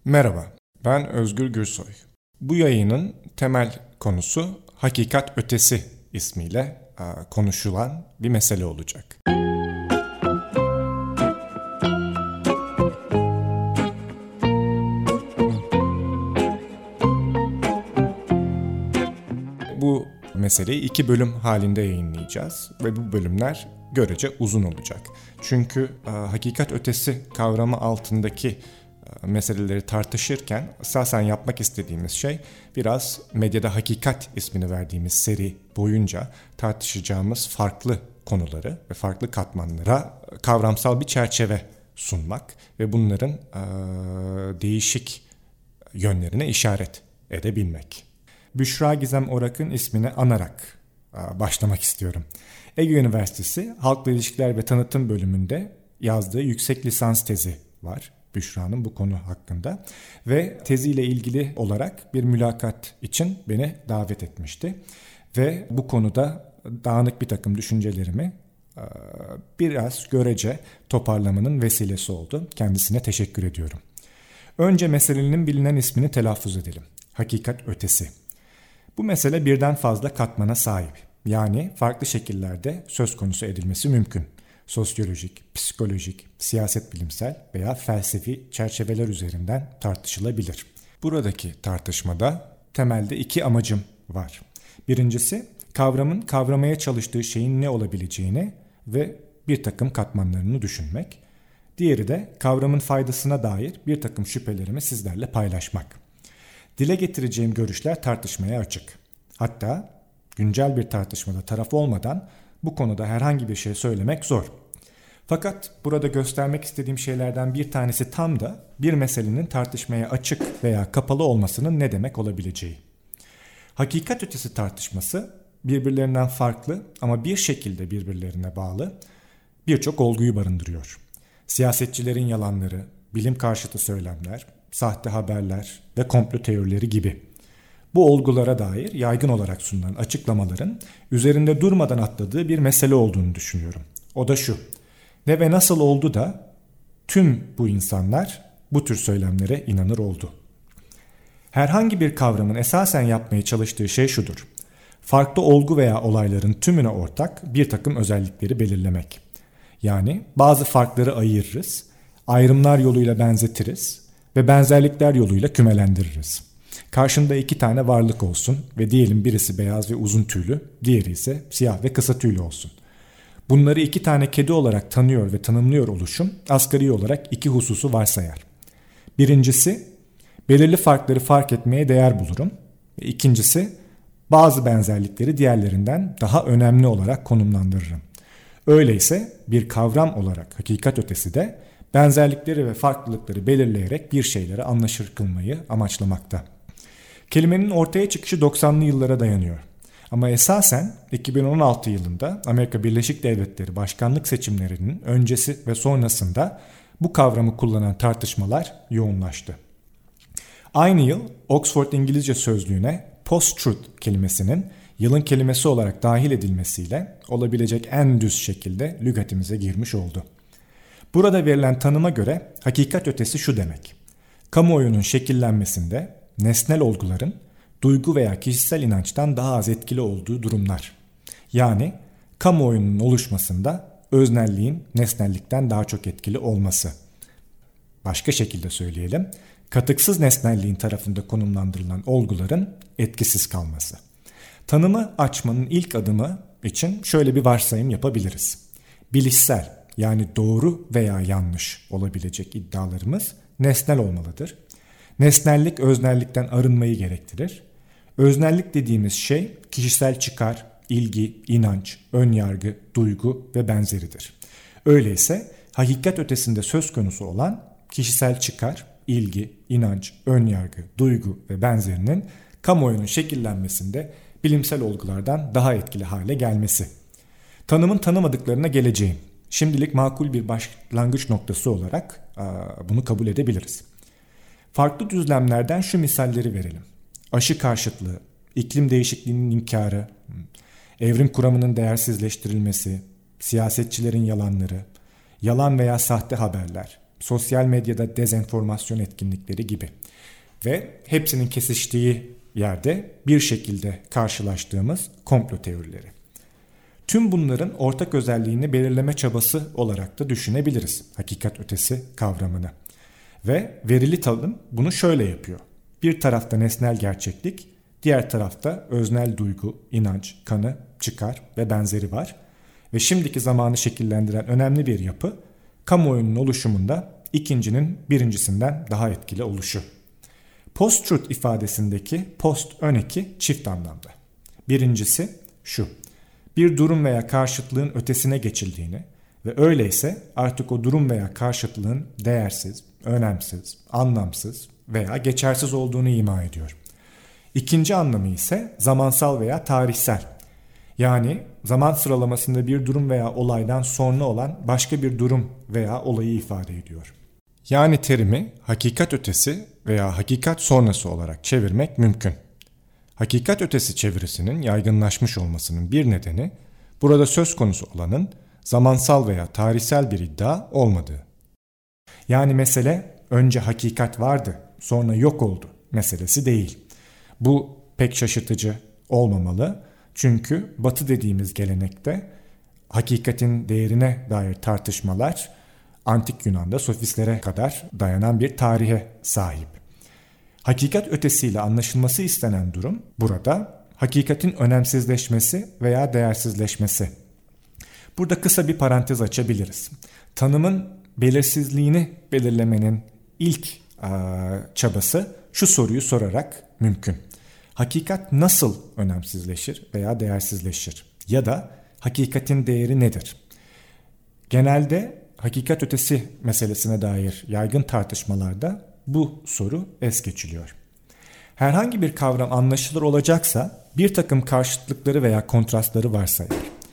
Merhaba, ben Özgür Gürsoy. Bu yayının temel konusu Hakikat Ötesi ismiyle konuşulan bir mesele olacak. Bu meseleyi 2 bölüm halinde yayınlayacağız ve bu bölümler görece uzun olacak. Çünkü hakikat ötesi kavramı altındaki meseleleri tartışırken esasen yapmak istediğimiz şey biraz medyada Hakikat ismini verdiğimiz seri boyunca tartışacağımız farklı konuları ve farklı katmanlara kavramsal bir çerçeve sunmak ve bunların değişik yönlerine işaret edebilmek. Büşra Gizem Orak'ın ismini anarak başlamak istiyorum. Ege Üniversitesi Halkla İlişkiler ve Tanıtım bölümünde yazdığı yüksek lisans tezi var Büşra'nın bu konu hakkında ve teziyle ilgili olarak bir mülakat için beni davet etmişti ve bu konuda dağınık bir takım düşüncelerimi biraz görece toparlamanın vesilesi oldu. Kendisine teşekkür ediyorum. Önce meselenin bilinen ismini telaffuz edelim. Hakikat ötesi. Bu mesele birden fazla katmana sahip. Yani farklı şekillerde söz konusu edilmesi mümkün. Sosyolojik, psikolojik, siyaset bilimsel veya felsefi çerçeveler üzerinden tartışılabilir. Buradaki tartışmada temelde 2 amacım var. Birincisi, kavramın kavramaya çalıştığı şeyin ne olabileceğini ve bir takım katmanlarını düşünmek. Diğeri de kavramın faydasına dair bir takım şüphelerimi sizlerle paylaşmak. Dile getireceğim görüşler tartışmaya açık. Hatta güncel bir tartışmada taraf olmadan bu konuda herhangi bir şey söylemek zor. Fakat burada göstermek istediğim şeylerden bir tanesi tam da bir meselenin tartışmaya açık veya kapalı olmasının ne demek olabileceği. Hakikat ötesi tartışması birbirlerinden farklı ama bir şekilde birbirlerine bağlı birçok olguyu barındırıyor. Siyasetçilerin yalanları, bilim karşıtı söylemler, sahte haberler ve komplo teorileri gibi. Bu olgulara dair yaygın olarak sunulan açıklamaların üzerinde durmadan atladığı bir mesele olduğunu düşünüyorum. O da şu: ne ve nasıl oldu da tüm bu insanlar bu tür söylemlere inanır oldu? Herhangi bir kavramın esasen yapmaya çalıştığı şey şudur: farklı olgu veya olayların tümüne ortak bir takım özellikleri belirlemek. Yani bazı farkları ayırırız, ayrımlar yoluyla benzetiriz ve benzerlikler yoluyla kümelendiririz. Karşında 2 tane varlık olsun ve diyelim birisi beyaz ve uzun tüylü, diğeri ise siyah ve kısa tüylü olsun. Bunları 2 tane kedi olarak tanıyor ve tanımlıyor oluşum asgari olarak 2 hususu varsayar. Birincisi, belirli farkları fark etmeye değer bulurum. Ve ikincisi, bazı benzerlikleri diğerlerinden daha önemli olarak konumlandırırım. Öyleyse bir kavram olarak hakikat ötesi de benzerlikleri ve farklılıkları belirleyerek bir şeyleri anlaşılır kılmayı amaçlamakta. Kelimenin ortaya çıkışı 90'lı yıllara dayanıyor. Ama esasen 2016 yılında Amerika Birleşik Devletleri başkanlık seçimlerinin öncesi ve sonrasında bu kavramı kullanan tartışmalar yoğunlaştı. Aynı yıl Oxford İngilizce Sözlüğü'ne post-truth kelimesinin yılın kelimesi olarak dahil edilmesiyle olabilecek en düz şekilde lügatimize girmiş oldu. Burada verilen tanıma göre hakikat ötesi şu demek: kamuoyunun şekillenmesinde nesnel olguların duygu veya kişisel inançtan daha az etkili olduğu durumlar. Yani kamuoyunun oluşmasında öznelliğin nesnellikten daha çok etkili olması. Başka şekilde söyleyelim, katıksız nesnelliğin tarafında konumlandırılan olguların etkisiz kalması. Tanımı açmanın ilk adımı için şöyle bir varsayım yapabiliriz. Bilişsel, yani doğru veya yanlış olabilecek iddialarımız nesnel olmalıdır. Nesnellik öznellikten arınmayı gerektirir. Öznellik dediğimiz şey kişisel çıkar, ilgi, inanç, önyargı, duygu ve benzeridir. Öyleyse hakikat ötesinde söz konusu olan kişisel çıkar, ilgi, inanç, önyargı, duygu ve benzerinin kamuoyunun şekillenmesinde bilimsel olgulardan daha etkili hale gelmesi. Tanımın tanımadıklarına geleceğim. Şimdilik makul bir başlangıç noktası olarak bunu kabul edebiliriz. Farklı düzlemlerden şu misalleri verelim. Aşı karşıtlığı, iklim değişikliğinin inkarı, evrim kuramının değersizleştirilmesi, siyasetçilerin yalanları, yalan veya sahte haberler, sosyal medyada dezenformasyon etkinlikleri gibi. Ve hepsinin kesiştiği yerde bir şekilde karşılaştığımız komplo teorileri. Tüm bunların ortak özelliğini belirleme çabası olarak da düşünebiliriz hakikat ötesi kavramını. Ve verili tanım bunu şöyle yapıyor. Bir tarafta nesnel gerçeklik, diğer tarafta öznel duygu, inanç, kanı, çıkar ve benzeri var. Ve şimdiki zamanı şekillendiren önemli bir yapı, kamuoyunun oluşumunda ikincinin birincisinden daha etkili oluşu. Post-truth ifadesindeki post ön eki çift anlamda. Birincisi şu: bir durum veya karşıtlığın ötesine geçildiğini ve öyleyse artık o durum veya karşıtlığın değersiz, önemsiz, anlamsız veya geçersiz olduğunu ima ediyor. İkinci anlamı ise zamansal veya tarihsel. Yani zaman sıralamasında bir durum veya olaydan sonra olan başka bir durum veya olayı ifade ediyor. Yani terimi hakikat ötesi veya hakikat sonrası olarak çevirmek mümkün. Hakikat ötesi çevirisinin yaygınlaşmış olmasının bir nedeni, burada söz konusu olanın zamansal veya tarihsel bir iddia olmadığı. Yani mesele önce hakikat vardı, sonra yok oldu meselesi değil. Bu pek şaşırtıcı olmamalı. Çünkü Batı dediğimiz gelenekte hakikatin değerine dair tartışmalar Antik Yunan'da sofistlere kadar dayanan bir tarihe sahip. Hakikat ötesiyle anlaşılması istenen durum burada hakikatin önemsizleşmesi veya değersizleşmesi. Burada kısa bir parantez açabiliriz. Tanımın belirsizliğini belirlemenin ilk çabası şu soruyu sorarak mümkün. Hakikat nasıl önemsizleşir veya değersizleşir? Ya da hakikatin değeri nedir? Genelde hakikat ötesi meselesine dair yaygın tartışmalarda bu soru es geçiliyor. Herhangi bir kavram anlaşılır olacaksa bir takım karşıtlıkları veya kontrastları varsayar.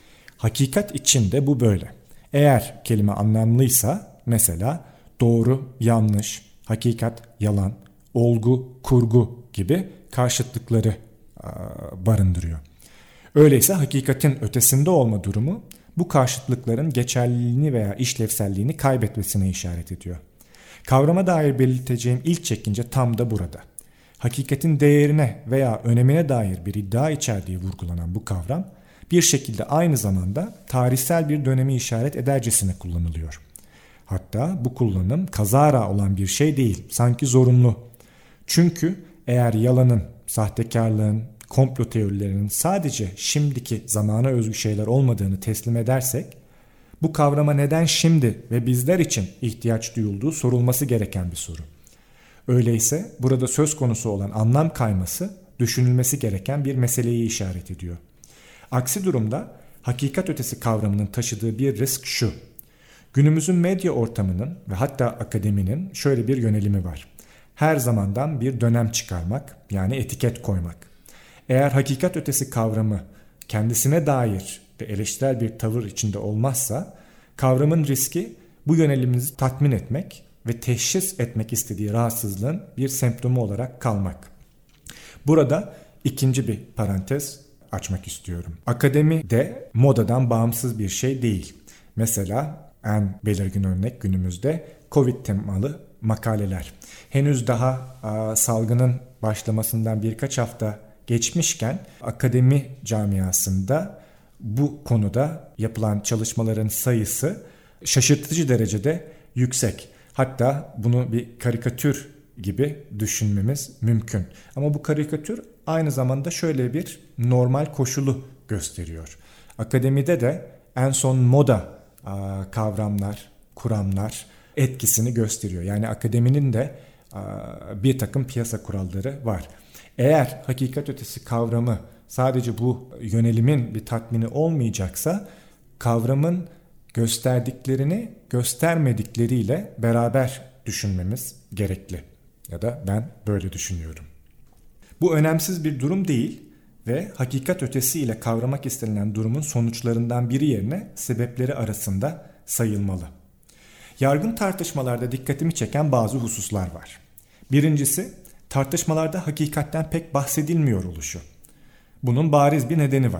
Hakikat için de bu böyle. Eğer kelime anlamlıysa mesela doğru, yanlış, hakikat, yalan, olgu, kurgu gibi karşıtlıkları barındırıyor. Öyleyse hakikatin ötesinde olma durumu bu karşıtlıkların geçerliliğini veya işlevselliğini kaybetmesine işaret ediyor. Kavrama dair belirteceğim ilk çekince tam da burada. Hakikatin değerine veya önemine dair bir iddia içerdiği vurgulanan bu kavram bir şekilde aynı zamanda tarihsel bir dönemi işaret edercesine kullanılıyor. Hatta bu kullanım kazara olan bir şey değil, sanki zorunlu. Çünkü eğer yalanın, sahtekarlığın, komplo teorilerinin sadece şimdiki zamana özgü şeyler olmadığını teslim edersek, bu kavrama neden şimdi ve bizler için ihtiyaç duyulduğu sorulması gereken bir soru. Öyleyse burada söz konusu olan anlam kayması düşünülmesi gereken bir meseleyi işaret ediyor. Aksi durumda hakikat ötesi kavramının taşıdığı bir risk şu: günümüzün medya ortamının ve hatta akademinin şöyle bir yönelimi var. Her zamandan bir dönem çıkarmak, yani etiket koymak. Eğer hakikat ötesi kavramı kendisine dair ve eleştirel bir tavır içinde olmazsa, kavramın riski bu yönelimimizi tatmin etmek ve teşhis etmek istediği rahatsızlığın bir semptomu olarak kalmak. Burada ikinci bir parantez açmak istiyorum. Akademi de modadan bağımsız bir şey değil. Mesela en belirgin örnek günümüzde Covid temalı makaleler. Henüz daha salgının başlamasından birkaç hafta geçmişken akademi camiasında bu konuda yapılan çalışmaların sayısı şaşırtıcı derecede yüksek. Hatta bunu bir karikatür gibi düşünmemiz mümkün. Ama bu karikatür aynı zamanda şöyle bir normal koşulu gösteriyor. Akademide de en son moda kavramlar, kuramlar etkisini gösteriyor. Yani akademinin de bir takım piyasa kuralları var. Eğer hakikat ötesi kavramı sadece bu yönelimin bir tatmini olmayacaksa, kavramın gösterdiklerini göstermedikleriyle beraber düşünmemiz gerekli. Ya da ben böyle düşünüyorum. Bu önemsiz bir durum değil ve hakikat ötesi ile kavramak istenilen durumun sonuçlarından biri yerine sebepleri arasında sayılmalı. Yargın tartışmalarda dikkatimi çeken bazı hususlar var. Birincisi, tartışmalarda hakikatten pek bahsedilmiyor oluşu. Bunun bariz bir nedeni var.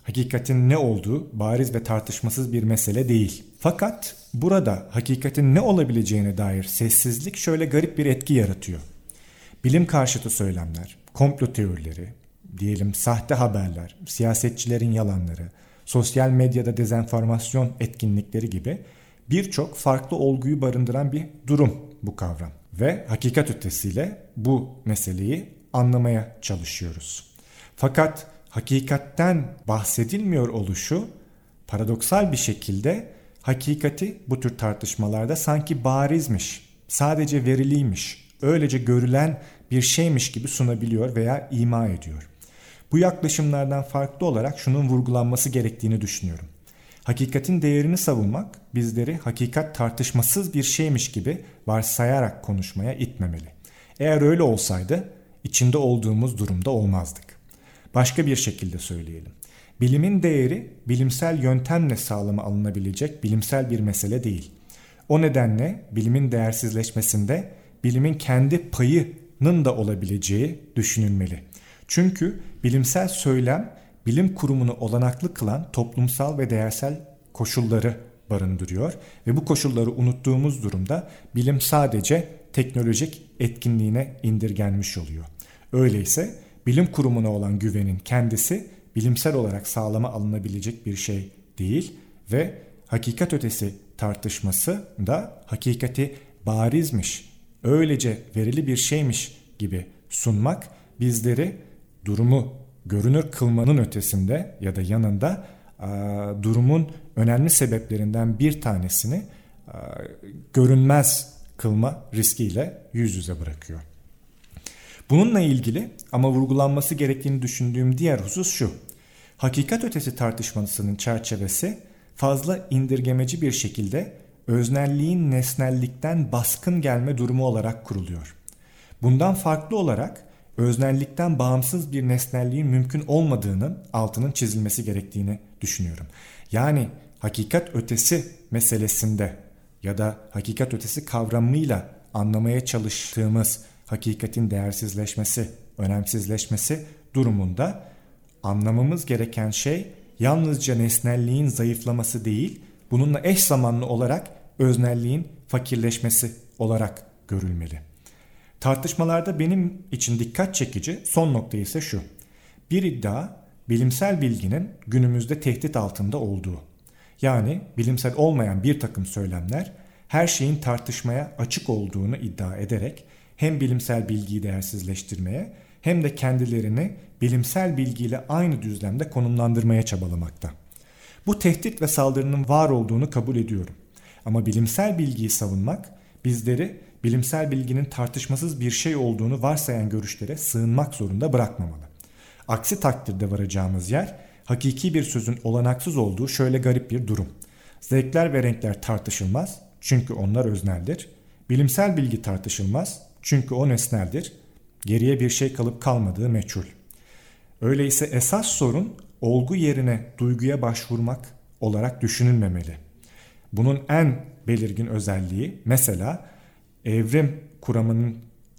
Hakikatin ne olduğu bariz ve tartışmasız bir mesele değil. Fakat burada hakikatin ne olabileceğine dair sessizlik şöyle garip bir etki yaratıyor. Bilim karşıtı söylemler, komplo teorileri, diyelim sahte haberler, siyasetçilerin yalanları, sosyal medyada dezenformasyon etkinlikleri gibi birçok farklı olguyu barındıran bir durum bu kavram. Ve hakikat ötesiyle bu meseleyi anlamaya çalışıyoruz. Fakat hakikatten bahsedilmiyor oluşu paradoksal bir şekilde hakikati bu tür tartışmalarda sanki barizmiş, sadece veriliymiş, öylece görülen bir şeymiş gibi sunabiliyor veya ima ediyor. Bu yaklaşımlardan farklı olarak şunun vurgulanması gerektiğini düşünüyorum. Hakikatin değerini savunmak bizleri hakikat tartışmasız bir şeymiş gibi varsayarak konuşmaya itmemeli. Eğer öyle olsaydı içinde olduğumuz durumda olmazdık. Başka bir şekilde söyleyelim. Bilimin değeri bilimsel yöntemle sağlama alınabilecek bilimsel bir mesele değil. O nedenle bilimin değersizleşmesinde bilimin kendi payının da olabileceği düşünülmeli. Çünkü bilimsel söylem bilim kurumunu olanaklı kılan toplumsal ve değersel koşulları barındırıyor ve bu koşulları unuttuğumuz durumda bilim sadece teknolojik etkinliğine indirgenmiş oluyor. Öyleyse bilim kurumuna olan güvenin kendisi bilimsel olarak sağlama alınabilecek bir şey değil ve hakikat ötesi tartışması da hakikati barizmiş, öylece verili bir şeymiş gibi sunmak bizleri durumu görünür kılmanın ötesinde ya da yanında durumun önemli sebeplerinden bir tanesini görünmez kılma riskiyle yüz yüze bırakıyor. Bununla ilgili ama vurgulanması gerektiğini düşündüğüm diğer husus şu. Hakikat ötesi tartışmasının çerçevesi fazla indirgemeci bir şekilde öznelliğin nesnellikten baskın gelme durumu olarak kuruluyor. Bundan farklı olarak öznellikten bağımsız bir nesnelliğin mümkün olmadığının altının çizilmesi gerektiğini düşünüyorum. Yani hakikat ötesi meselesinde ya da hakikat ötesi kavramıyla anlamaya çalıştığımız hakikatin değersizleşmesi, önemsizleşmesi durumunda anlamamız gereken şey yalnızca nesnelliğin zayıflaması değil, bununla eş zamanlı olarak öznelliğin fakirleşmesi olarak görülmeli. Tartışmalarda benim için dikkat çekici son nokta ise şu. Bir iddia bilimsel bilginin günümüzde tehdit altında olduğu. Yani bilimsel olmayan bir takım söylemler her şeyin tartışmaya açık olduğunu iddia ederek hem bilimsel bilgiyi değersizleştirmeye hem de kendilerini bilimsel bilgiyle aynı düzlemde konumlandırmaya çabalamakta. Bu tehdit ve saldırının var olduğunu kabul ediyorum. Ama bilimsel bilgiyi savunmak bizleri bilimsel bilginin tartışmasız bir şey olduğunu varsayan görüşlere sığınmak zorunda bırakmamalı. Aksi takdirde varacağımız yer hakiki bir sözün olanaksız olduğu şöyle garip bir durum. Zevkler ve renkler tartışılmaz çünkü onlar özneldir. Bilimsel bilgi tartışılmaz çünkü o nesneldir. Geriye bir şey kalıp kalmadığı meçhul. Öyleyse esas sorun olgu yerine duyguya başvurmak olarak düşünülmemeli. Bunun en belirgin özelliği mesela evrim kuramının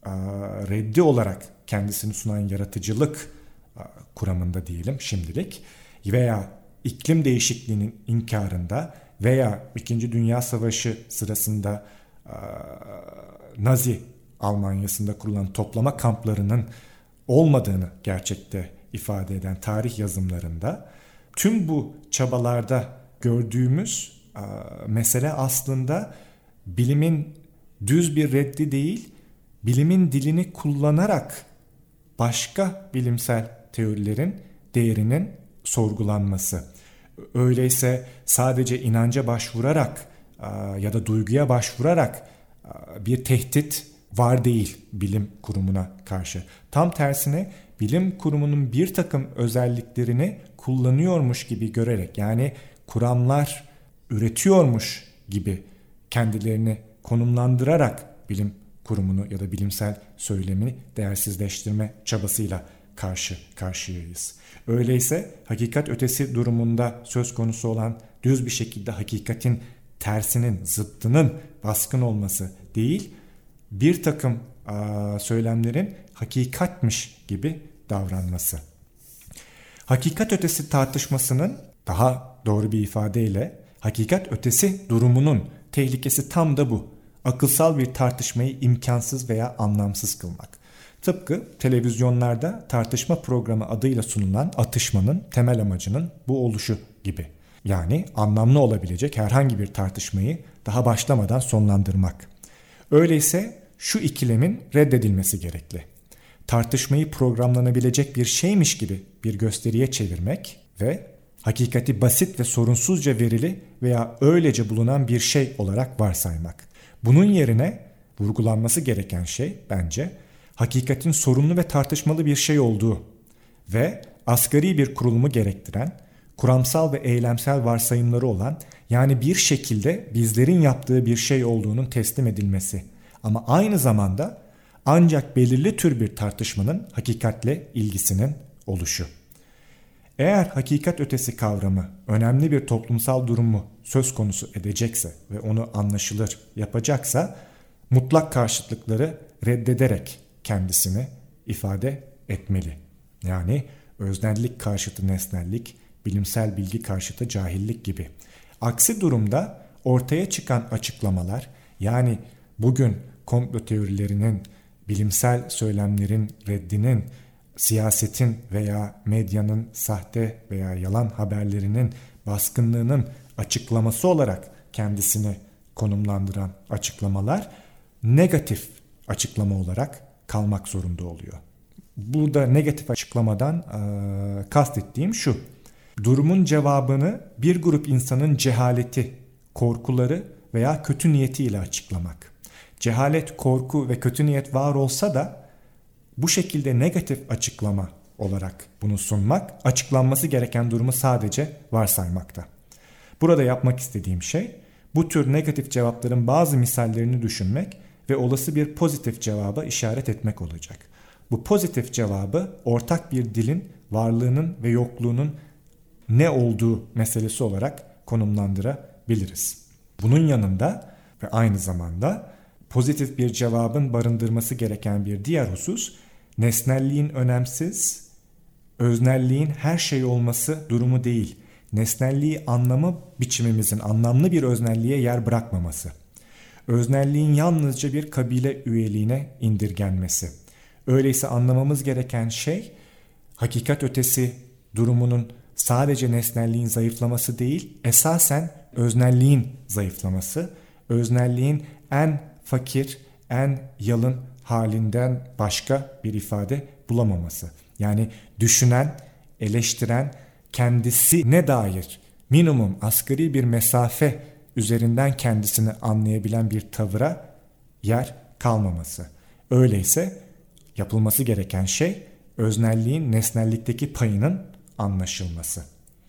reddi olarak kendisini sunan yaratıcılık kuramında diyelim şimdilik veya iklim değişikliğinin inkarında veya 2. Dünya Savaşı sırasında Nazi Almanya'sında kurulan toplama kamplarının olmadığını gerçekte ifade eden tarih yazımlarında tüm bu çabalarda gördüğümüz mesele aslında bilimin düz bir reddi değil, bilimin dilini kullanarak başka bilimsel teorilerin değerinin sorgulanması. Öyleyse sadece inanca başvurarak ya da duyguya başvurarak bir tehdit var değil bilim kurumuna karşı. Tam tersine bilim kurumunun bir takım özelliklerini kullanıyormuş gibi görerek, yani kuramlar üretiyormuş gibi kendilerini konumlandırarak bilim kurumunu ya da bilimsel söylemini değersizleştirme çabasıyla karşı karşıyayız. Öyleyse hakikat ötesi durumunda söz konusu olan düz bir şekilde hakikatin tersinin, zıttının baskın olması değil, bir takım söylemlerin hakikatmiş gibi davranması. Hakikat ötesi tartışmasının, daha doğru bir ifadeyle hakikat ötesi durumunun tehlikesi tam da bu. Akılsal bir tartışmayı imkansız veya anlamsız kılmak. Tıpkı televizyonlarda tartışma programı adıyla sunulan atışmanın temel amacının bu oluşu gibi. Yani anlamlı olabilecek herhangi bir tartışmayı daha başlamadan sonlandırmak. Öyleyse şu ikilemin reddedilmesi gerekli. Tartışmayı programlanabilecek bir şeymiş gibi bir gösteriye çevirmek ve hakikati basit ve sorunsuzca verili veya öylece bulunan bir şey olarak varsaymak. Bunun yerine vurgulanması gereken şey bence hakikatin sorunlu ve tartışmalı bir şey olduğu ve asgari bir kurulumu gerektiren, kuramsal ve eylemsel varsayımları olan, yani bir şekilde bizlerin yaptığı bir şey olduğunun teslim edilmesi. Ama aynı zamanda ancak belirli tür bir tartışmanın hakikatle ilgisinin oluşu. Eğer hakikat ötesi kavramı önemli bir toplumsal durumu söz konusu edecekse ve onu anlaşılır yapacaksa mutlak karşıtlıkları reddederek kendisini ifade etmeli. Yani öznellik karşıtı nesnellik, bilimsel bilgi karşıtı cahillik gibi. Aksi durumda ortaya çıkan açıklamalar, yani bugün komplo teorilerinin, bilimsel söylemlerin reddinin, siyasetin veya medyanın sahte veya yalan haberlerinin baskınlığının açıklaması olarak kendisini konumlandıran açıklamalar negatif açıklama olarak kalmak zorunda oluyor. Burada negatif açıklamadan kastettiğim şu: durumun cevabını bir grup insanın cehaleti, korkuları veya kötü niyetiyle açıklamak. Cehalet, korku ve kötü niyet var olsa da bu şekilde negatif açıklama olarak bunu sunmak, açıklanması gereken durumu sadece varsaymakta. Burada yapmak istediğim şey, bu tür negatif cevapların bazı misallerini düşünmek ve olası bir pozitif cevaba işaret etmek olacak. Bu pozitif cevabı ortak bir dilin varlığının ve yokluğunun ne olduğu meselesi olarak konumlandırabiliriz. Bunun yanında ve aynı zamanda pozitif bir cevabın barındırması gereken bir diğer husus, nesnelliğin önemsiz, öznelliğin her şey olması durumu değil, nesnelliği anlama biçimimizin anlamlı bir öznelliğe yer bırakmaması. Öznelliğin yalnızca bir kabile üyeliğine indirgenmesi. Öyleyse anlamamız gereken şey, hakikat ötesi durumunun sadece nesnelliğin zayıflaması değil, esasen öznelliğin zayıflaması, öznelliğin en fakir, en yalın halinden başka bir ifade bulamaması. Yani düşünen, eleştiren, kendisine dair minimum asgari bir mesafe üzerinden kendisini anlayabilen bir tavıra yer kalmaması. Öyleyse yapılması gereken şey öznelliğin nesnellikteki payının anlaşılması.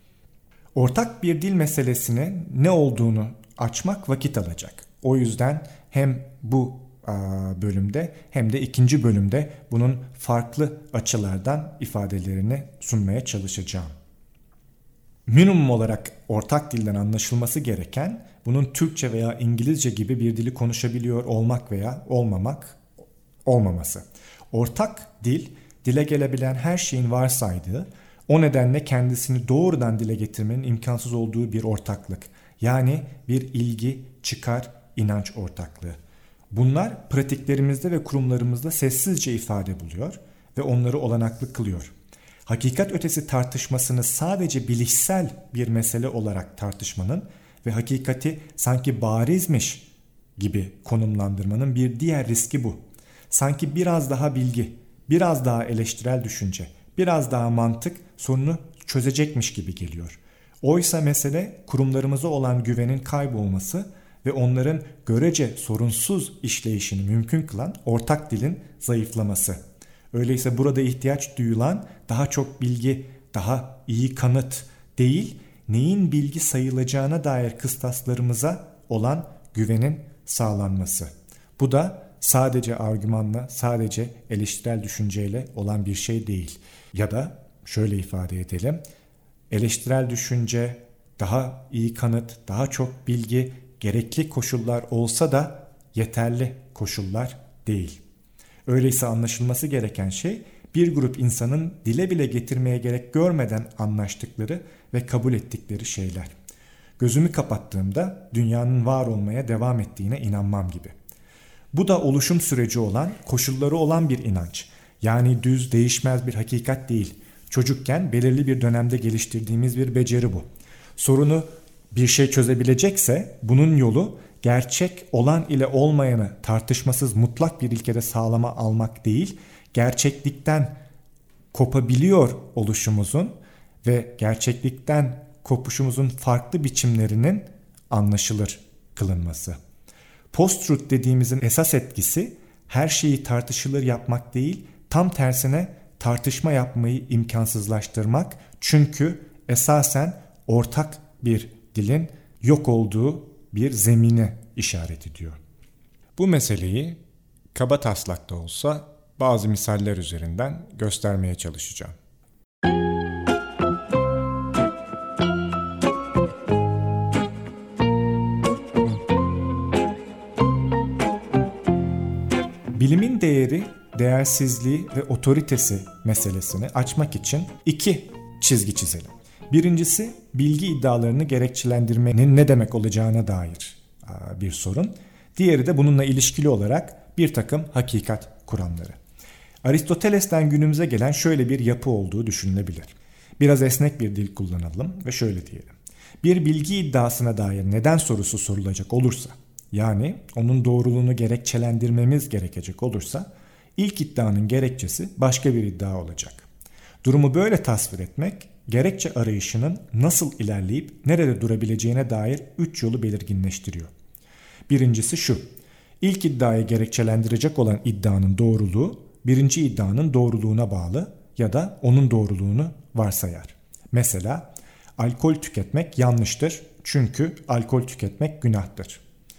Ortak bir dil meselesinin ne olduğunu açmak vakit alacak. O yüzden hem bu bölümde hem de ikinci bölümde bunun farklı açılardan ifadelerini sunmaya çalışacağım. Minimum olarak ortak dilden anlaşılması gereken, bunun Türkçe veya İngilizce gibi bir dili konuşabiliyor olmak veya olmaması. Ortak dil, dile gelebilen her şeyin varsaydığı, o nedenle kendisini doğrudan dile getirmenin imkansız olduğu bir ortaklık. Yani bir ilgi, çıkar, inanç ortaklığı. Bunlar pratiklerimizde ve kurumlarımızda sessizce ifade buluyor ve onları olanaklı kılıyor. Hakikat ötesi tartışmasını sadece bilişsel bir mesele olarak tartışmanın ve hakikati sanki barizmiş gibi konumlandırmanın bir diğer riski bu. Sanki biraz daha bilgi, biraz daha eleştirel düşünce, biraz daha mantık sorunu çözecekmiş gibi geliyor. Oysa mesele kurumlarımıza olan güvenin kaybolması ve onların görece sorunsuz işleyişini mümkün kılan ortak dilin zayıflaması. Öyleyse burada ihtiyaç duyulan daha çok bilgi, daha iyi kanıt değil, neyin bilgi sayılacağına dair kıstaslarımıza olan güvenin sağlanması. Bu da sadece argümanla, sadece eleştirel düşünceyle olan bir şey değil. Ya da şöyle ifade edelim, eleştirel düşünce, daha iyi kanıt, daha çok bilgi, gerekli koşullar olsa da yeterli koşullar değil. Öyleyse anlaşılması gereken şey, bir grup insanın dile bile getirmeye gerek görmeden anlaştıkları ve kabul ettikleri şeyler. Gözümü kapattığımda dünyanın var olmaya devam ettiğine inanmam gibi. Bu da oluşum süreci olan, koşulları olan bir inanç. Yani düz, değişmez bir hakikat değil. Çocukken belirli bir dönemde geliştirdiğimiz bir beceri bu. Sorunu bir şey çözebilecekse bunun yolu gerçek olan ile olmayanı tartışmasız mutlak bir ilkede sağlama almak değil, gerçeklikten kopabiliyor oluşumuzun ve gerçeklikten kopuşumuzun farklı biçimlerinin anlaşılır kılınması. Post-truth dediğimizin esas etkisi her şeyi tartışılır yapmak değil, tam tersine tartışma yapmayı imkansızlaştırmak. Çünkü esasen ortak bir dilin yok olduğu bir zemine işaret ediyor. Bu meseleyi kabataslak da olsa bazı misaller üzerinden göstermeye çalışacağım. Bilimin değeri, değersizliği ve otoritesi meselesini açmak için iki çizgi çizelim. Birincisi bilgi iddialarını gerekçelendirmenin ne demek olacağına dair bir sorun. Diğeri de bununla ilişkili olarak bir takım hakikat kuramları. Aristoteles'ten günümüze gelen şöyle bir yapı olduğu düşünülebilir. Biraz esnek bir dil kullanalım ve şöyle diyelim. Bir bilgi iddiasına dair neden sorusu sorulacak olursa, yani onun doğruluğunu gerekçelendirmemiz gerekecek olursa, ilk iddianın gerekçesi başka bir iddia olacak. Durumu böyle tasvir etmek, gerekçe arayışının nasıl ilerleyip nerede durabileceğine dair 3 yolu belirginleştiriyor. Birincisi şu, ilk iddiayı gerekçelendirecek olan iddianın doğruluğu, birinci iddianın doğruluğuna bağlı ya da onun doğruluğunu varsayar. Mesela, alkol tüketmek yanlıştır çünkü alkol tüketmek günahtır.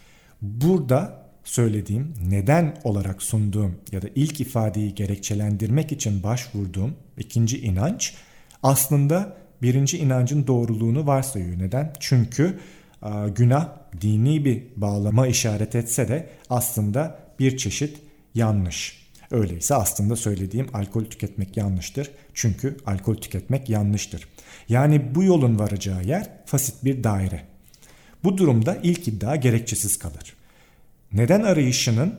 Burada söylediğim, neden olarak sunduğum ya da ilk ifadeyi gerekçelendirmek için başvurduğum ikinci inanç aslında birinci inancın doğruluğunu varsayıyor. Neden? Çünkü günah dini bir bağlama işaret etse de aslında bir çeşit yanlış. Öyleyse aslında söylediğim alkol tüketmek yanlıştır. Çünkü alkol tüketmek yanlıştır. Yani bu yolun varacağı yer fasit bir daire. Bu durumda ilk iddia gerekçesiz kalır. Neden arayışının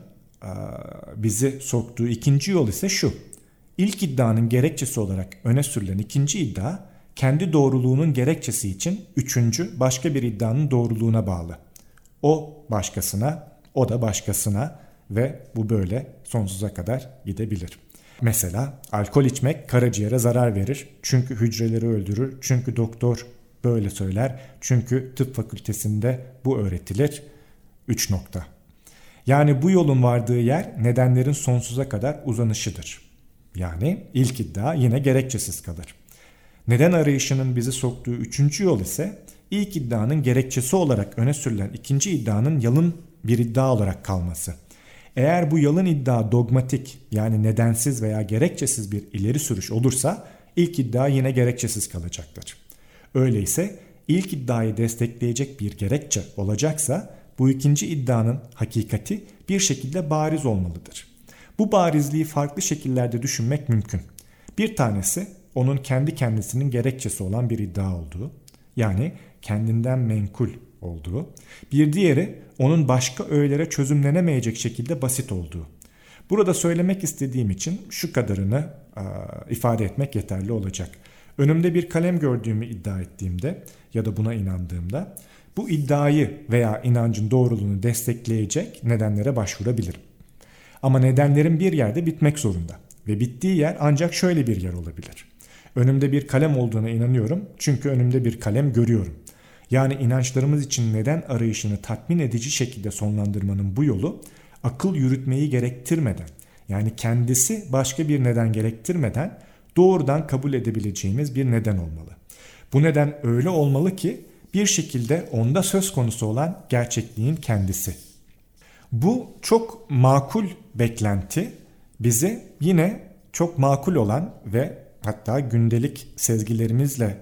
bizi soktuğu ikinci yol ise şu. İlk iddianın gerekçesi olarak öne sürülen ikinci iddia, kendi doğruluğunun gerekçesi için üçüncü başka bir iddianın doğruluğuna bağlı. O başkasına, o da başkasına ve bu böyle sonsuza kadar gidebilir. Mesela alkol içmek karaciğere zarar verir. Çünkü hücreleri öldürür. Çünkü doktor böyle söyler. Çünkü tıp fakültesinde bu öğretilir. 3 nokta. Yani bu yolun vardığı yer nedenlerin sonsuza kadar uzanışıdır. Yani ilk iddia yine gerekçesiz kalır. Neden arayışının bizi soktuğu üçüncü yol ise ilk iddianın gerekçesi olarak öne sürülen ikinci iddianın yalın bir iddia olarak kalması. Eğer bu yalın iddia dogmatik, yani nedensiz veya gerekçesiz bir ileri sürüş olursa ilk iddia yine gerekçesiz kalacaktır. Öyleyse ilk iddiayı destekleyecek bir gerekçe olacaksa bu ikinci iddianın hakikati bir şekilde bariz olmalıdır. Bu barizliği farklı şekillerde düşünmek mümkün. Bir tanesi onun kendi kendisinin gerekçesi olan bir iddia olduğu, yani kendinden menkul olduğu. Bir diğeri onun başka öğelere çözümlenemeyecek şekilde basit olduğu. Burada söylemek istediğim için şu kadarını ifade etmek yeterli olacak. Önümde bir kalem gördüğümü iddia ettiğimde ya da buna inandığımda bu iddiayı veya inancın doğruluğunu destekleyecek nedenlere başvurabilirim. Ama nedenlerin bir yerde bitmek zorunda ve bittiği yer ancak şöyle bir yer olabilir. Önümde bir kalem olduğuna inanıyorum çünkü önümde bir kalem görüyorum. Yani inançlarımız için neden arayışını tatmin edici şekilde sonlandırmanın bu yolu akıl yürütmeyi gerektirmeden, yani kendisi başka bir neden gerektirmeden doğrudan kabul edebileceğimiz bir neden olmalı. Bu neden öyle olmalı ki bir şekilde onda söz konusu olan gerçekliğin kendisi. Bu çok makul beklenti bizi yine çok makul olan ve hatta gündelik sezgilerimizle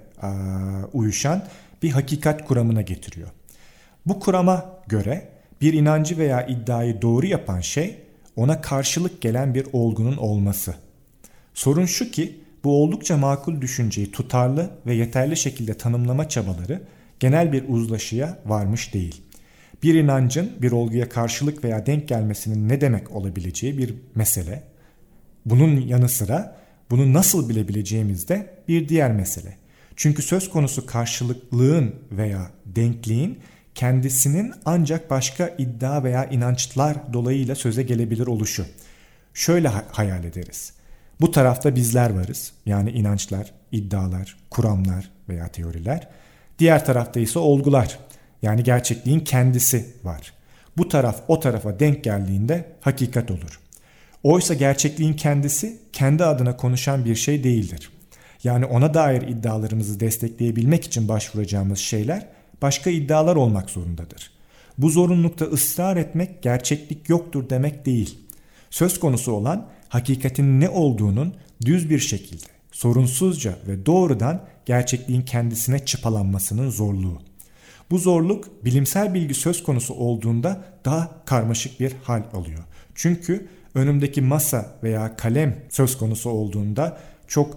uyuşan bir hakikat kuramına getiriyor. Bu kurama göre bir inancı veya iddiayı doğru yapan şey ona karşılık gelen bir olgunun olması. Sorun şu ki bu oldukça makul düşünceyi tutarlı ve yeterli şekilde tanımlama çabaları genel bir uzlaşıya varmış değil. Bir inancın bir olguya karşılık veya denk gelmesinin ne demek olabileceği bir mesele. Bunun yanı sıra bunu nasıl bilebileceğimiz de bir diğer mesele. Çünkü söz konusu karşılıklığın veya denkliğin kendisinin ancak başka iddia veya inançlar dolayıyla söze gelebilir oluşu. Şöyle hayal ederiz. Bu tarafta bizler varız. Yani inançlar, iddialar, kuramlar veya teoriler. Diğer tarafta ise olgular. Yani gerçekliğin kendisi var. Bu taraf o tarafa denk geldiğinde hakikat olur. Oysa gerçekliğin kendisi kendi adına konuşan bir şey değildir. Yani ona dair iddialarımızı destekleyebilmek için başvuracağımız şeyler başka iddialar olmak zorundadır. Bu zorunlulukta ısrar etmek gerçeklik yoktur demek değil. Söz konusu olan hakikatin ne olduğunun düz bir şekilde, sorunsuzca ve doğrudan gerçekliğin kendisine çıpalanmasının zorluğu. Bu zorluk bilimsel bilgi söz konusu olduğunda daha karmaşık bir hal alıyor. Çünkü önümdeki masa veya kalem söz konusu olduğunda çok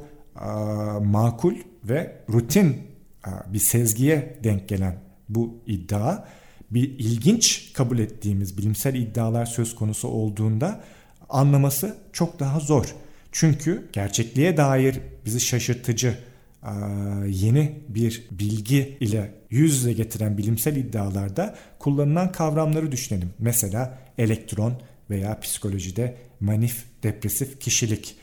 makul ve rutin bir sezgiye denk gelen bu iddia, bir ilginç kabul ettiğimiz bilimsel iddialar söz konusu olduğunda anlaması çok daha zor. Çünkü gerçekliğe dair bizi şaşırtıcı yeni bir bilgi ile yüz yüze getiren bilimsel iddialarda kullanılan kavramları düşünelim. Mesela elektron veya psikolojide manif depresif kişilik.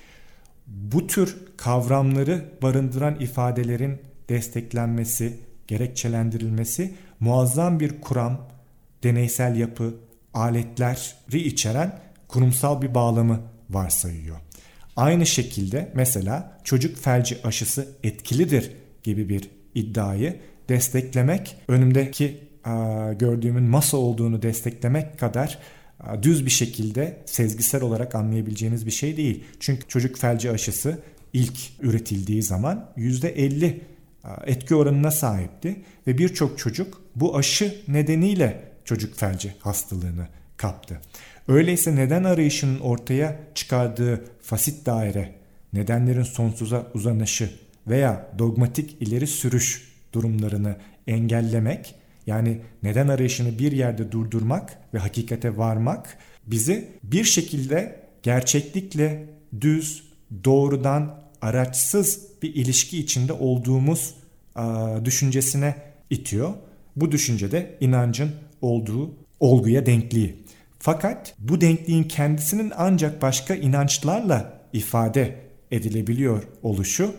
Bu tür kavramları barındıran ifadelerin desteklenmesi, gerekçelendirilmesi muazzam bir kuram, deneysel yapı, aletleri içeren kurumsal bir bağlamı varsayıyor. Aynı şekilde mesela çocuk felci aşısı etkilidir gibi bir iddiayı desteklemek, önümdeki gördüğümün masa olduğunu desteklemek kadar düz bir şekilde sezgisel olarak anlayabileceğiniz bir şey değil. Çünkü çocuk felci aşısı ilk üretildiği zaman %50 etki oranına sahipti ve birçok çocuk bu aşı nedeniyle çocuk felci hastalığını kaptı. Öyleyse neden arayışının ortaya çıkardığı fasit daire, nedenlerin sonsuza uzanışı veya dogmatik ileri sürüş durumlarını engellemek, yani neden arayışını bir yerde durdurmak ve hakikate varmak bizi bir şekilde gerçeklikle düz, doğrudan, araçsız bir ilişki içinde olduğumuz düşüncesine itiyor. Bu düşüncede inancın olduğu olguya denkliği. Fakat bu denkliğin kendisinin ancak başka inançlarla ifade edilebiliyor oluşu,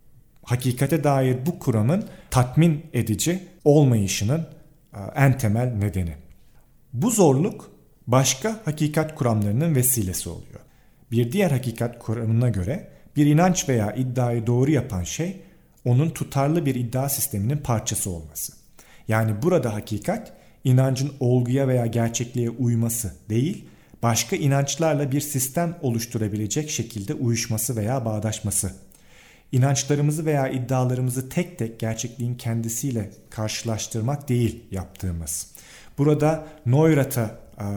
hakikate dair bu kuramın tatmin edici olmayışının en temel nedeni. Bu zorluk başka hakikat kuramlarının vesilesi oluyor. Bir diğer hakikat kuramına göre bir inanç veya iddiayı doğru yapan şey onun tutarlı bir iddia sisteminin parçası olması. Yani burada hakikat inancın olguya veya gerçekliğe uyması değil, başka inançlarla bir sistem oluşturabilecek şekilde uyuşması veya bağdaşması. İnançlarımızı veya iddialarımızı tek tek gerçekliğin kendisiyle karşılaştırmak değil yaptığımız. Burada Neurath'a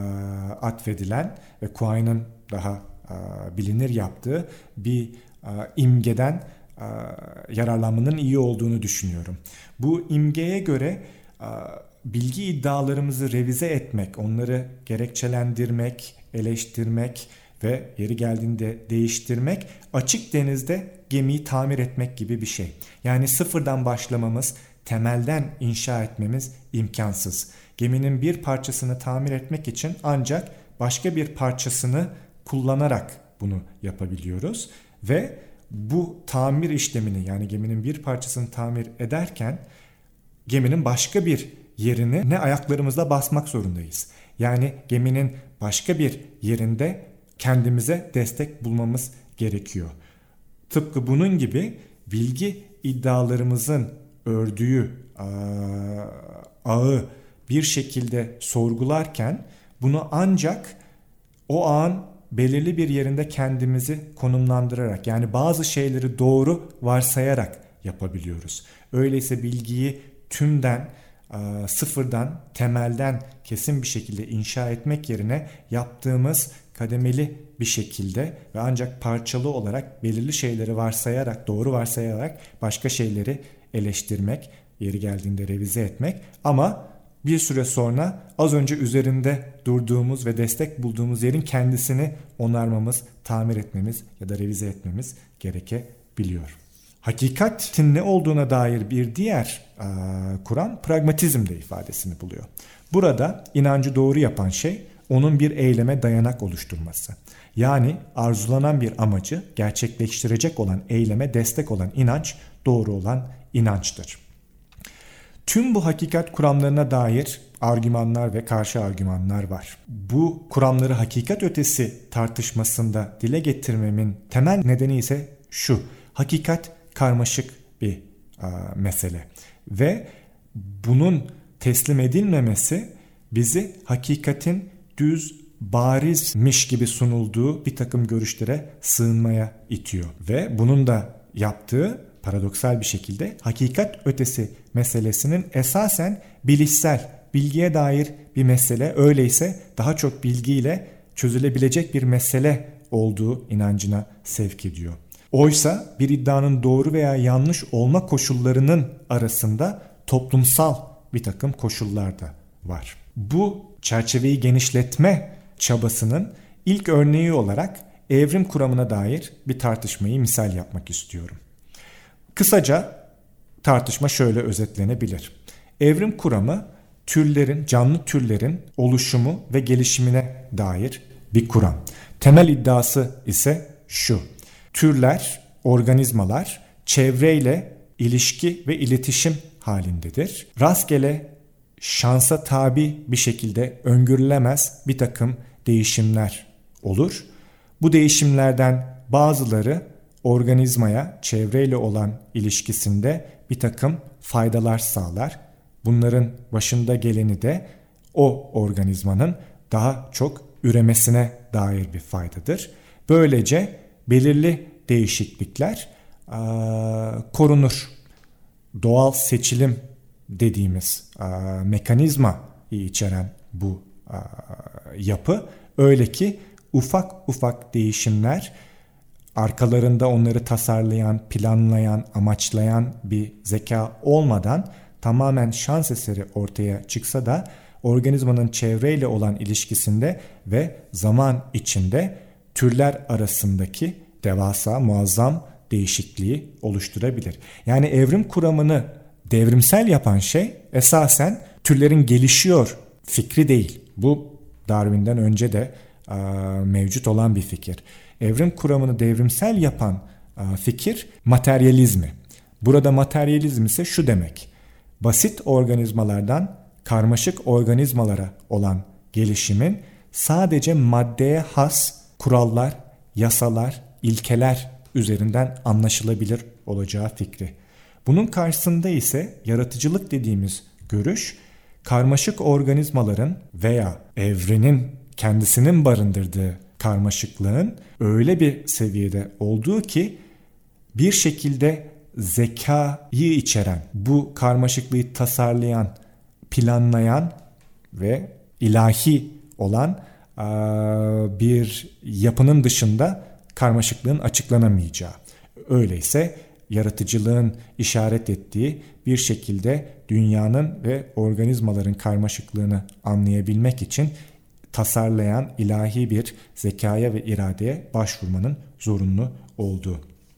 atfedilen ve Quine'ın daha bilinir yaptığı bir imgeden yararlanmanın iyi olduğunu düşünüyorum. Bu imgeye göre bilgi iddialarımızı revize etmek, onları gerekçelendirmek, eleştirmek ve yeri geldiğinde değiştirmek açık denizde gemiyi tamir etmek gibi bir şey. Yani sıfırdan başlamamız, temelden inşa etmemiz imkansız. Geminin bir parçasını tamir etmek için ancak başka bir parçasını kullanarak bunu yapabiliyoruz ve bu tamir işlemini, yani geminin bir parçasını tamir ederken geminin başka bir yerini ne ayaklarımızla basmak zorundayız. Yani geminin başka bir yerinde kendimize destek bulmamız gerekiyor. Tıpkı bunun gibi bilgi iddialarımızın ördüğü ağı bir şekilde sorgularken bunu ancak o ağın belirli bir yerinde kendimizi konumlandırarak, yani bazı şeyleri doğru varsayarak yapabiliyoruz. Öyleyse bilgiyi tümden, sıfırdan, temelden kesin bir şekilde inşa etmek yerine yaptığımız kademeli bir şekilde ve ancak parçalı olarak belirli şeyleri varsayarak, doğru varsayarak başka şeyleri eleştirmek, yeri geldiğinde revize etmek, ama bir süre sonra az önce üzerinde durduğumuz ve destek bulduğumuz yerin kendisini onarmamız, tamir etmemiz ya da revize etmemiz gerekebiliyor. Hakikatin ne olduğuna dair bir diğer kuram pragmatizmde ifadesini buluyor. Burada inancı doğru yapan şey onun bir eyleme dayanak oluşturması. Yani arzulanan bir amacı gerçekleştirecek olan eyleme destek olan inanç doğru olan inançtır. Tüm bu hakikat kuramlarına dair argümanlar ve karşı argümanlar var. Bu kuramları hakikat ötesi tartışmasında dile getirmemin temel nedeni ise şu: hakikat karmaşık bir mesele ve bunun teslim edilmemesi bizi hakikatin düz, barizmiş gibi sunulduğu bir takım görüşlere sığınmaya itiyor. Ve bunun da yaptığı paradoksal bir şekilde hakikat ötesi meselesinin esasen bilişsel, bilgiye dair bir mesele, öyleyse daha çok bilgiyle çözülebilecek bir mesele olduğu inancına sevk ediyor. Oysa bir iddianın doğru veya yanlış olma koşullarının arasında toplumsal bir takım koşullar da var. Bu çerçeveyi genişletme çabasının ilk örneği olarak evrim kuramına dair bir tartışmayı misal yapmak istiyorum. Kısaca tartışma şöyle özetlenebilir. Evrim kuramı türlerin, canlı türlerin oluşumu ve gelişimine dair bir kuram. Temel iddiası ise şu: türler, organizmalar çevreyle ilişki ve iletişim halindedir. Rastgele, şansa tabi bir şekilde öngörülemez bir takım değişimler olur. Bu değişimlerden bazıları organizmaya çevreyle olan ilişkisinde bir takım faydalar sağlar. Bunların başında geleni de o organizmanın daha çok üremesine dair bir faydadır. Böylece belirli değişiklikler korunur. Doğal seçilim dediğimiz mekanizmayı içeren bu yapı öyle ki ufak ufak değişimler, arkalarında onları tasarlayan, planlayan, amaçlayan bir zeka olmadan tamamen şans eseri ortaya çıksa da organizmanın çevreyle olan ilişkisinde ve zaman içinde türler arasındaki devasa, muazzam değişikliği oluşturabilir. Yani evrim kuramını devrimsel yapan şey esasen türlerin gelişiyor fikri değil. Bu Darwin'den önce de mevcut olan bir fikir. Evrim kuramını devrimsel yapan fikir materyalizmi. Burada materyalizm ise şu demek: basit organizmalardan karmaşık organizmalara olan gelişimin sadece maddeye has kurallar, yasalar, ilkeler üzerinden anlaşılabilir olacağı fikri. Bunun karşısında ise yaratıcılık dediğimiz görüş, karmaşık organizmaların veya evrenin kendisinin barındırdığı karmaşıklığın öyle bir seviyede olduğu ki bir şekilde zekayı içeren, bu karmaşıklığı tasarlayan, planlayan ve ilahi olan bir yapının dışında karmaşıklığın açıklanamayacağı. Öyleyse yaratıcılığın işaret ettiği bir şekilde dünyanın ve organizmaların karmaşıklığını anlayabilmek için tasarlayan ilahi bir zekaya ve iradeye başvurmanın zorunlu olduğu.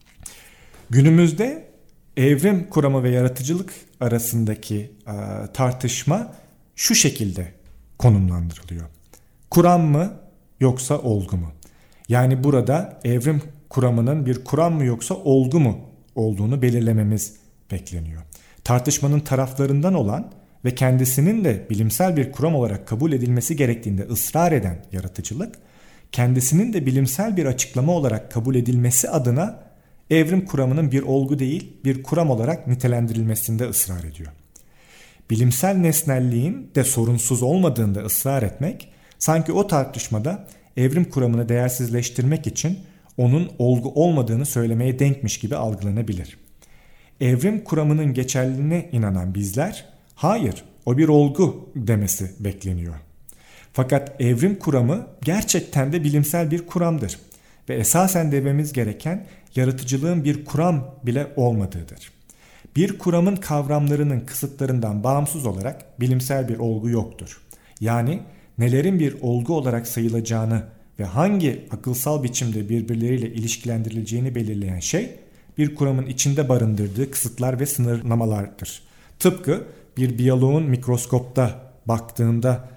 Günümüzde evrim kuramı ve yaratıcılık arasındaki tartışma şu şekilde konumlandırılıyor: kuram mı yoksa olgu mu? Yani burada evrim kuramının bir kuram mı yoksa olgu mu olduğunu belirlememiz bekleniyor. Tartışmanın taraflarından olan ve kendisinin de bilimsel bir kuram olarak kabul edilmesi gerektiğinde ısrar eden yaratıcılık, kendisinin de bilimsel bir açıklama olarak kabul edilmesi adına evrim kuramının bir olgu değil, bir kuram olarak nitelendirilmesinde ısrar ediyor. Bilimsel nesnelliğin de sorunsuz olmadığında ısrar etmek, sanki o tartışmada evrim kuramını değersizleştirmek için onun olgu olmadığını söylemeye denkmiş gibi algılanabilir. Evrim kuramının geçerliliğine inanan bizler, hayır o bir olgu demesi bekleniyor. Fakat evrim kuramı gerçekten de bilimsel bir kuramdır ve esasen dememiz gereken yaratıcılığın bir kuram bile olmadığıdır. Bir kuramın kavramlarının kısıtlarından bağımsız olarak bilimsel bir olgu yoktur. Yani nelerin bir olgu olarak sayılacağını ve hangi akılsal biçimde birbirleriyle ilişkilendirileceğini belirleyen şey bir kuramın içinde barındırdığı kısıtlar ve sınırlamalardır. Tıpkı bir biyoloğun mikroskopta baktığında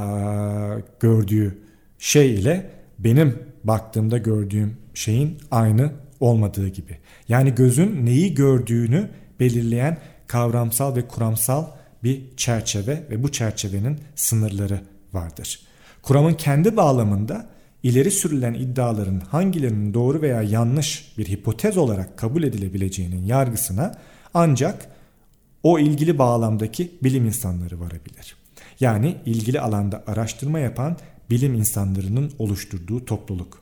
gördüğü şey ile benim baktığımda gördüğüm şeyin aynı olmadığı gibi. Yani gözün neyi gördüğünü belirleyen kavramsal ve kuramsal bir çerçeve ve bu çerçevenin sınırları vardır. Kuramın kendi bağlamında ileri sürülen iddiaların hangilerinin doğru veya yanlış bir hipotez olarak kabul edilebileceğinin yargısına ancak o ilgili bağlamdaki bilim insanları varabilir. Yani ilgili alanda araştırma yapan bilim insanlarının oluşturduğu topluluk.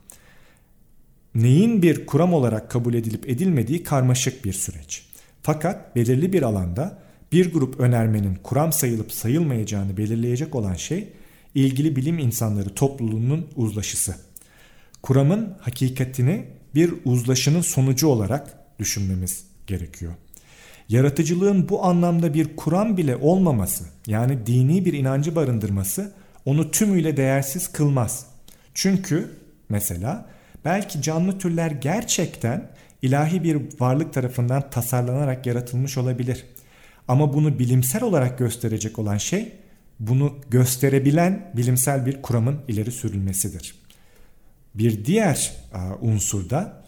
Neyin bir kuram olarak kabul edilip edilmediği karmaşık bir süreç. Fakat belirli bir alanda bir grup önermenin kuram sayılıp sayılmayacağını belirleyecek olan şey ilgili bilim insanları topluluğunun uzlaşısı. Kuramın hakikatini bir uzlaşının sonucu olarak düşünmemiz gerekiyor. Yaratıcılığın bu anlamda bir kuram bile olmaması, yani dini bir inancı barındırması onu tümüyle değersiz kılmaz. Çünkü mesela belki canlı türler gerçekten ilahi bir varlık tarafından tasarlanarak yaratılmış olabilir. Ama bunu bilimsel olarak gösterecek olan şey, bunu gösterebilen bilimsel bir kuramın ileri sürülmesidir. Bir diğer unsur da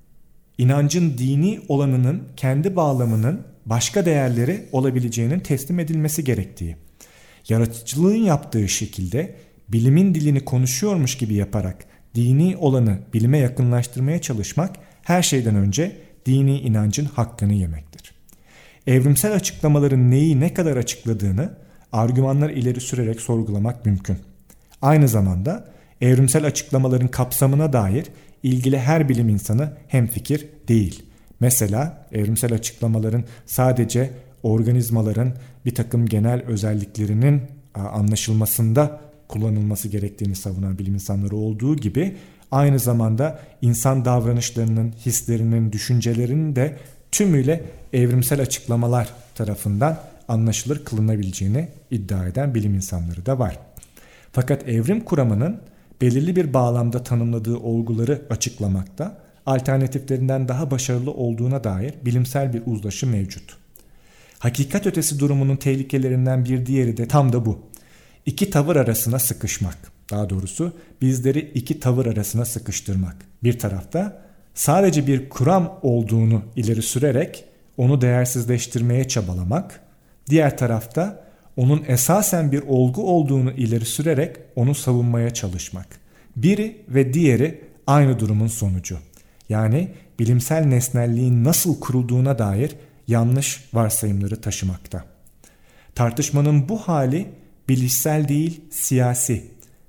inancın dini olanının kendi bağlamının başka değerleri olabileceğinin teslim edilmesi gerektiği. Yaratıcılığın yaptığı şekilde bilimin dilini konuşuyormuş gibi yaparak dini olanı bilime yakınlaştırmaya çalışmak her şeyden önce dini inancın hakkını yemektir. Evrimsel açıklamaların neyi ne kadar açıkladığını argümanlar ileri sürerek sorgulamak mümkün. Aynı zamanda evrimsel açıklamaların kapsamına dair ilgili her bilim insanı hemfikir değil. Mesela evrimsel açıklamaların sadece organizmaların bir takım genel özelliklerinin anlaşılmasında kullanılması gerektiğini savunan bilim insanları olduğu gibi aynı zamanda insan davranışlarının, hislerinin, düşüncelerinin de tümüyle evrimsel açıklamalar tarafından anlaşılır kılınabileceğini iddia eden bilim insanları da var. Fakat evrim kuramının belirli bir bağlamda tanımladığı olguları açıklamakta alternatiflerinden daha başarılı olduğuna dair bilimsel bir uzlaşı mevcut. Hakikat ötesi durumunun tehlikelerinden bir diğeri de tam da bu. İki tavır arasına sıkışmak. Daha doğrusu bizleri iki tavır arasına sıkıştırmak. Bir tarafta sadece bir kuram olduğunu ileri sürerek onu değersizleştirmeye çabalamak. Diğer tarafta onun esasen bir olgu olduğunu ileri sürerek onu savunmaya çalışmak. Biri ve diğeri aynı durumun sonucu. Yani bilimsel nesnelliğin nasıl kurulduğuna dair yanlış varsayımları taşımakta. Tartışmanın bu hali bilişsel değil, siyasi.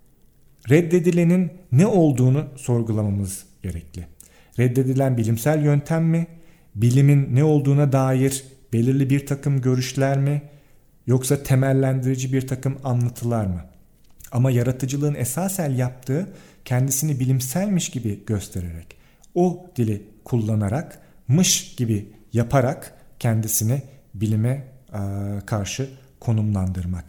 Reddedilenin ne olduğunu sorgulamamız gerekli. Reddedilen bilimsel yöntem mi? Bilimin ne olduğuna dair belirli bir takım görüşler mi? Yoksa temellendirici bir takım anlatılar mı? Ama yaratıcılığın esasen yaptığı kendisini bilimselmiş gibi göstererek, o dili kullanarak, mış gibi yaparak kendisini bilime karşı konumlandırmak.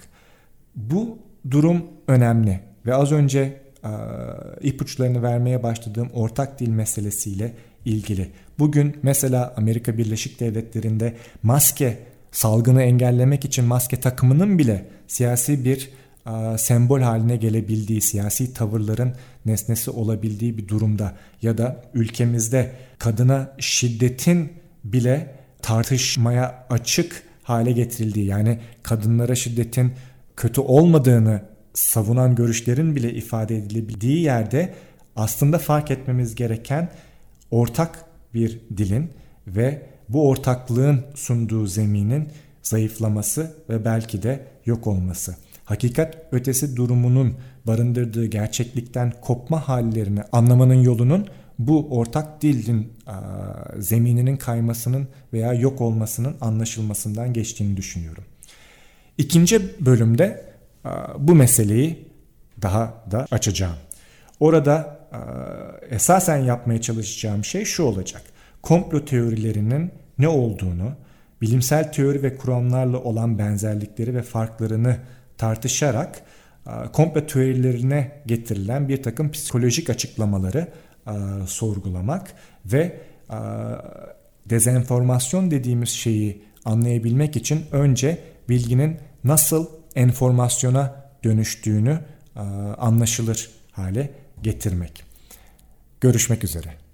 Bu durum önemli ve az önce ipuçlarını vermeye başladığım ortak dil meselesiyle ilgili. Bugün mesela Amerika Birleşik Devletleri'nde maske salgını engellemek için maske takımının bile siyasi bir sembol haline gelebildiği, siyasi tavırların nesnesi olabildiği bir durumda ya da ülkemizde kadına şiddetin bile tartışmaya açık hale getirildiği, yani kadınlara şiddetin kötü olmadığını savunan görüşlerin bile ifade edilebildiği yerde aslında fark etmemiz gereken ortak bir dilin ve bu ortaklığın sunduğu zeminin zayıflaması ve belki de yok olması. Hakikat ötesi durumunun barındırdığı gerçeklikten kopma hallerini anlamanın yolunun bu ortak dilin zemininin kaymasının veya yok olmasının anlaşılmasından geçtiğini düşünüyorum. İkinci bölümde bu meseleyi daha da açacağım. Orada esasen yapmaya çalışacağım şey şu olacak. Komplo teorilerinin ne olduğunu, bilimsel teori ve kuramlarla olan benzerlikleri ve farklarını tartışarak komplo teorilerine getirilen bir takım psikolojik açıklamaları sorgulamak ve dezenformasyon dediğimiz şeyi anlayabilmek için önce bilginin nasıl enformasyona dönüştüğünü anlaşılır hale getirmek. Görüşmek üzere.